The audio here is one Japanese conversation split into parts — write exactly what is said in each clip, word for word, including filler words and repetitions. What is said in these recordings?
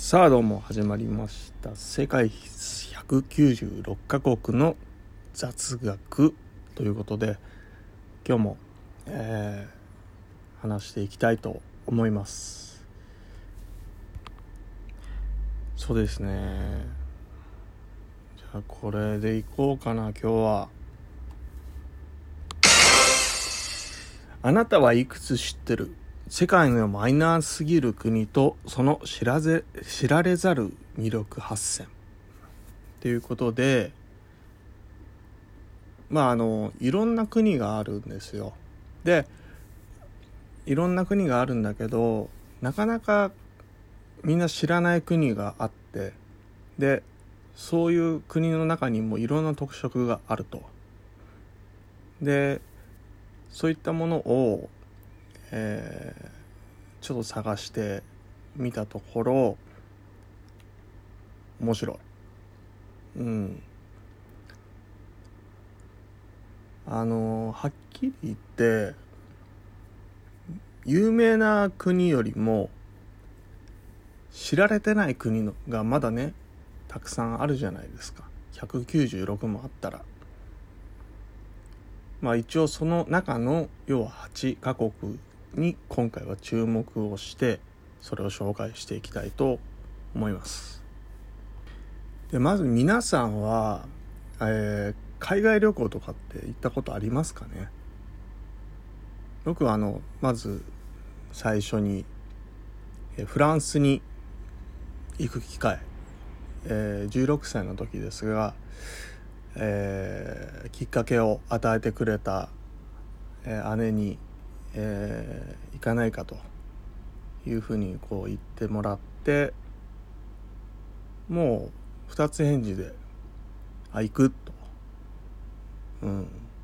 さあどうも始まりました世界ひゃくきゅうじゅうろっカ国の雑学ということで、今日も、えー、話していきたいと思います。そうですね、じゃあこれでいこうかな。今日はあなたはいくつ知ってる？世界のマイナーすぎる国とその知らぜ知られざる魅力はっせんということで、まああのいろんな国があるんですよ。でいろんな国があるんだけど、なかなかみんな知らない国があって、でそういう国の中にもいろんな特色があると。でそういったものをえー、ちょっと探してみたところ面白い。うんあのはっきり言って有名な国よりも知られてない国のがまだねたくさんあるじゃないですか。ひゃくきゅうじゅうろくもあったら、まあ一応その中の要ははちカ国に今回は注目をしてそれを紹介していきたいと思います。でまず皆さんは、えー、海外旅行とかって行ったことありますかね。僕はあのまず最初に、えー、フランスに行く機会、えー、じゅうろくさいの時ですが、えー、きっかけを与えてくれた、えー、姉にえー、行かないかというふうにこう言ってもらって、もう二つ返事であ行くと、うん、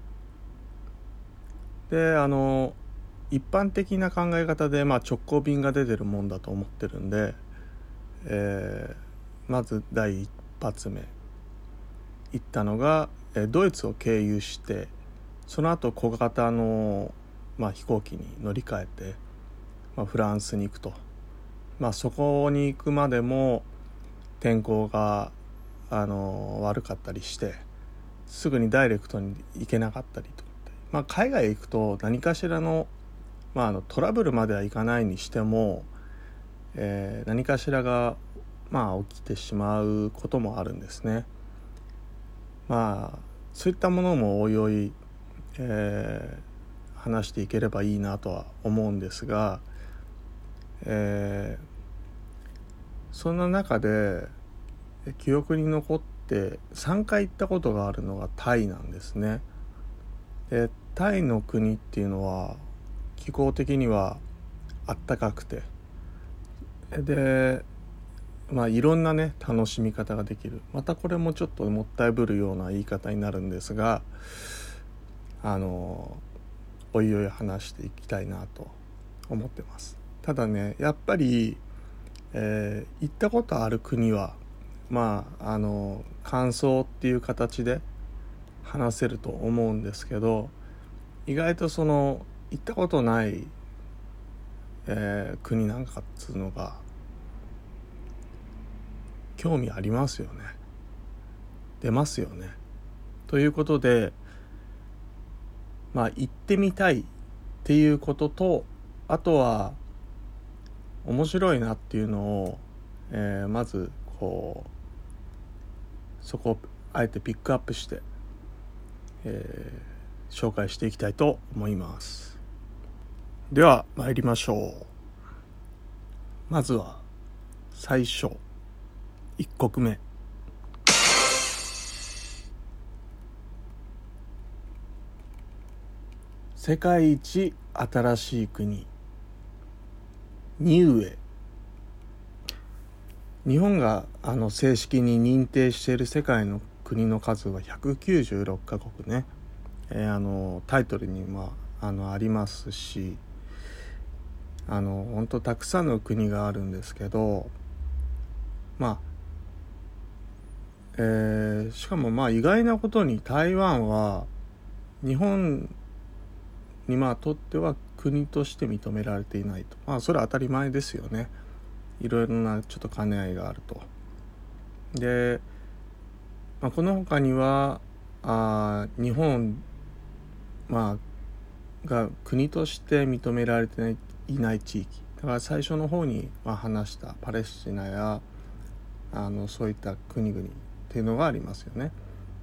であの一般的な考え方で、まあ、直行便が出てるもんだと思ってるんで、えー、まず第一発目行ったのが、えー、ドイツを経由して、その後小型のまあ、飛行機に乗り換えて、まあ、フランスに行くと。まあ、そこに行くまでも天候が、あの悪かったりしてすぐにダイレクトに行けなかったりとか、まあ、海外行くと何かしらの、まあ、あのトラブルまではいかないにしても、えー、何かしらが、まあ、起きてしまうこともあるんですね。まあそういったものもおいおい、えー話していければいいなとは思うんですが、えー、そんな中で記憶に残ってさんかい行ったことがあるのがタイなんですね。でタイの国っていうのは気候的にはあったかくて、でまあいろんなね楽しみ方ができる。またこれもちょっともったいぶるような言い方になるんですが、あのおいおい話していきたいなと思ってます。ただねやっぱり、えー、行ったことある国はまああの感想っていう形で話せると思うんですけど、意外とその行ったことない、えー、国なんかっつうのが興味ありますよね。出ますよね。ということでまあ行ってみたいっていうことと、あとは面白いなっていうのを、えー、まずこうそこをあえてピックアップして、えー、紹介していきたいと思います。では参りましょう。まずは最初いっこくめ、世界一新しい国ニウエ。日本があの正式に認定している世界の国の数はひゃくきゅうじゅうろっカ国ね、えー、あのタイトルにも あ, あ, のありますし、あの本当たくさんの国があるんですけど、まあ、えー、しかもまあ意外なことに台湾は日本にまあとっては国として認められていないと。まあそれは当たり前ですよね。 いろいろなちょっと兼ね合いがあると。で、まあ、この他にはあ日本、まあ、が国として認められていない地域だから、最初の方にまあ話したパレスチナやあのそういった国々っていうのがありますよね。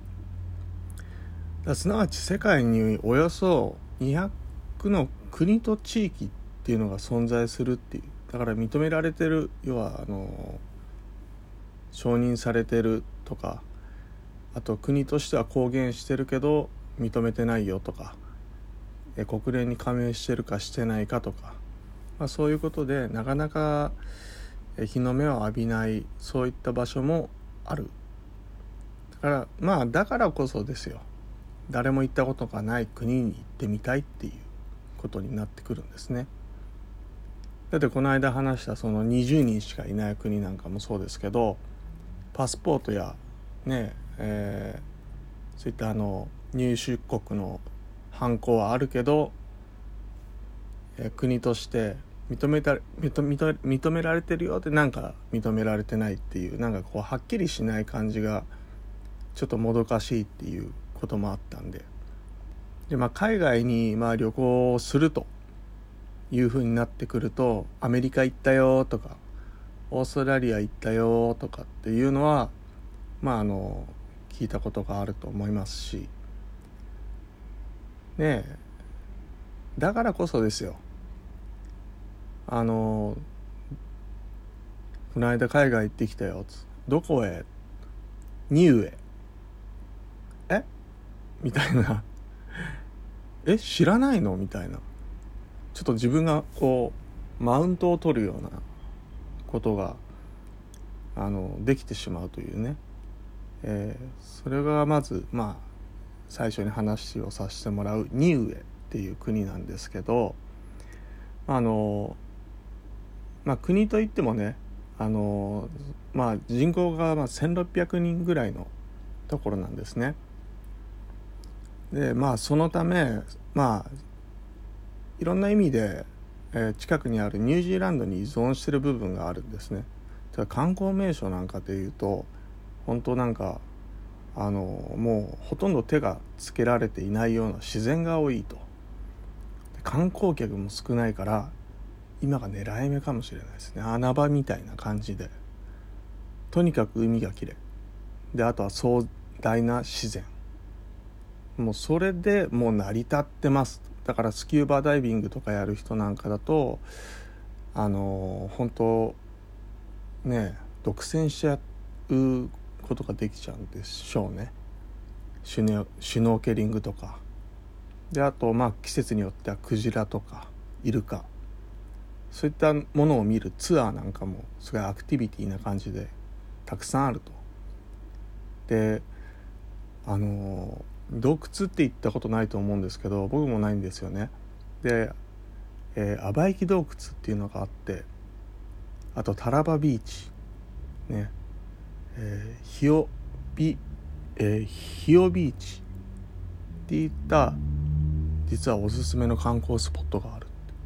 だすなわち世界におよそにひゃくの国と地域っていうのが存在するっていう、だから認められてる、要はあの承認されてるとか、あと国としては公言してるけど認めてないよとか、え国連に加盟してるかしてないかとか、まあ、そういうことでなかなか日の目を浴びない、そういった場所もある。だからまあだからこそですよ、誰も行ったことがない国に行ってみたいっていうことになってくるんですね。だってこの間話したそのにじゅうにんしかいない国なんかもそうですけど、パスポートやねえー、そういったあの入出国のハンコはあるけど、えー、国として認めた認め認められてるよって、なんか認められてないっていう、なんかこうはっきりしない感じがちょっともどかしいっていうこともあったんで、で、まあ、海外にまあ旅行をするという風になってくると、アメリカ行ったよとかオーストラリア行ったよとかっていうのはまああの聞いたことがあると思いますしねえ、だからこそですよ、あのこの間海外行ってきたよ、どこへ、ニューへ、えみたいなえ知らないのみたいな、ちょっと自分がこうマウントを取るようなことがあのできてしまうというね、えー、それがまずまあ最初に話をさせてもらうニウエっていう国なんですけど、あのまあ国といってもね、あのまあ人口がまあせんろっぴゃくにんぐらいのところなんですね。でまあそのためまあいろんな意味で、えー、近くにあるニュージーランドに依存している部分があるんですね。観光名所なんかでいうと本当なんかあのもうほとんど手がつけられていないような自然が多いと。観光客も少ないから今が狙い目かもしれないですね。穴場みたいな感じで、とにかく海がきれいで、あとは壮大な自然、もうそれでもう成り立ってます。だからスキューバダイビングとかやる人なんかだとあの本当ね独占しちゃうことができちゃうんでしょうね。シュネシュノーケリングとかで、あとまあ季節によってはクジラとかイルカ、そういったものを見るツアーなんかもすごいアクティビティな感じでたくさんあると。であの洞窟って行ったことないと思うんですけど、僕もないんですよね。で、えー、アバイキ洞窟っていうのがあって、あとタラバビーチね、えー、ヒオビ、えー、ヒオビーチっていった実はおすすめの観光スポットがある。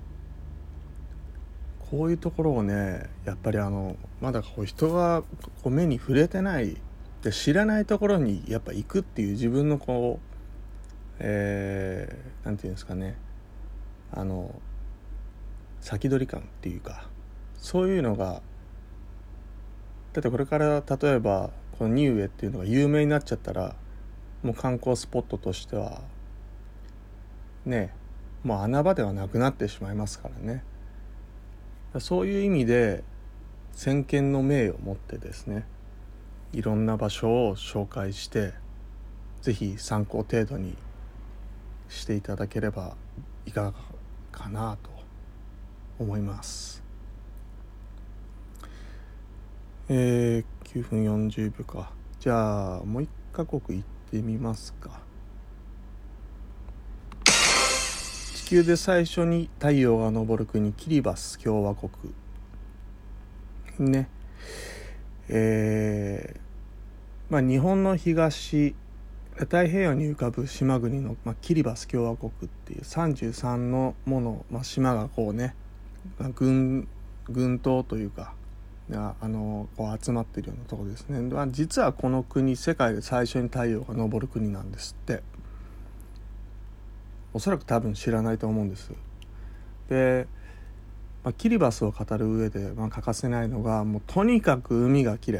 こういうところをね、やっぱりあのまだこう人がこう目に触れてないで、知らないところにやっぱ行くっていう自分のこう、えー、なんていうんですかね、あの先取り感っていうか、そういうのが、だってこれから例えばこのニウエっていうのが有名になっちゃったら、もう観光スポットとしてはね、もう穴場ではなくなってしまいますからね。そういう意味で先見の明を持ってですね、いろんな場所を紹介して、ぜひ参考程度にしていただければいかがかなと思います。えー、きゅうふんよんじゅうびょうか。じゃあもう一カ国行ってみますか。地球で最初に太陽が昇る国、キリバス共和国ね。えー、まあ日本の東太平洋に浮かぶ島国の、まあ、キリバス共和国っていうさんじゅうさんのもの、まあ、島がこうね、群群島というかがあのこう集まっているようなところですね。まあ、実はこの国世界で最初に太陽が昇る国なんですって。おそらく多分知らないと思うんです。で、まあ、キリバスを語る上で、まあ、欠かせないのがもうとにかく海がきれい。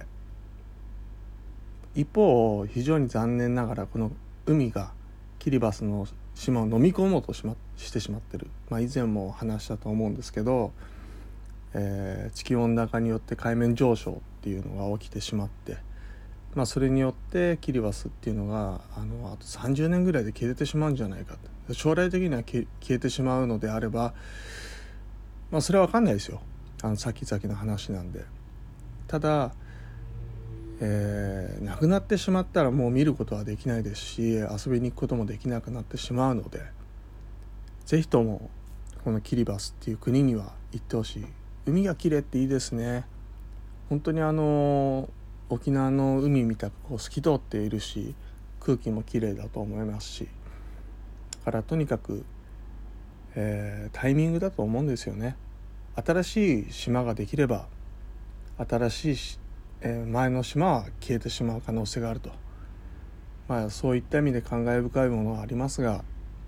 一方非常に残念ながらこの海がキリバスの島を飲み込もうとし、ま、してしまってる、まあ、以前も話したと思うんですけど、えー、地球温暖化によって海面上昇っていうのが起きてしまって、まあ、それによってキリバスっていうのがあのあとさんじゅうねんぐらいで消えてしまうんじゃないかと。将来的には消えてしまうのであれば、まあ、それは分かんないですよ。あの先々の話なんで。ただえー、亡くなってしまったらもう見ることはできないですし、遊びに行くこともできなくなってしまうので、ぜひともこのキリバスっていう国には行ってほしい。海が綺麗っていいですね。本当にあの沖縄の海みたくこう透き通っているし、空気も綺麗だと思いますし、だからとにかく、えー、タイミングだと思うんですよね。新しい島ができれば新しいえー、前の島は消えてしまう可能性があると、まあ、そういった意味で感慨深いものはありますが、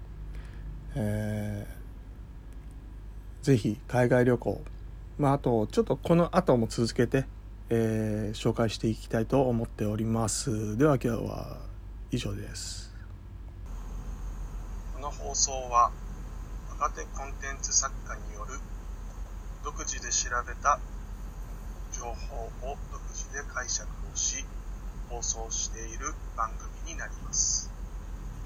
えー、ぜひ海外旅行、まあ、あとちょっとこの後も続けて、えー、紹介していきたいと思っております。では今日は以上です。 この放送は若手コンテンツ作家による独自で調べた情報を独自で解釈をし放送している番組になります。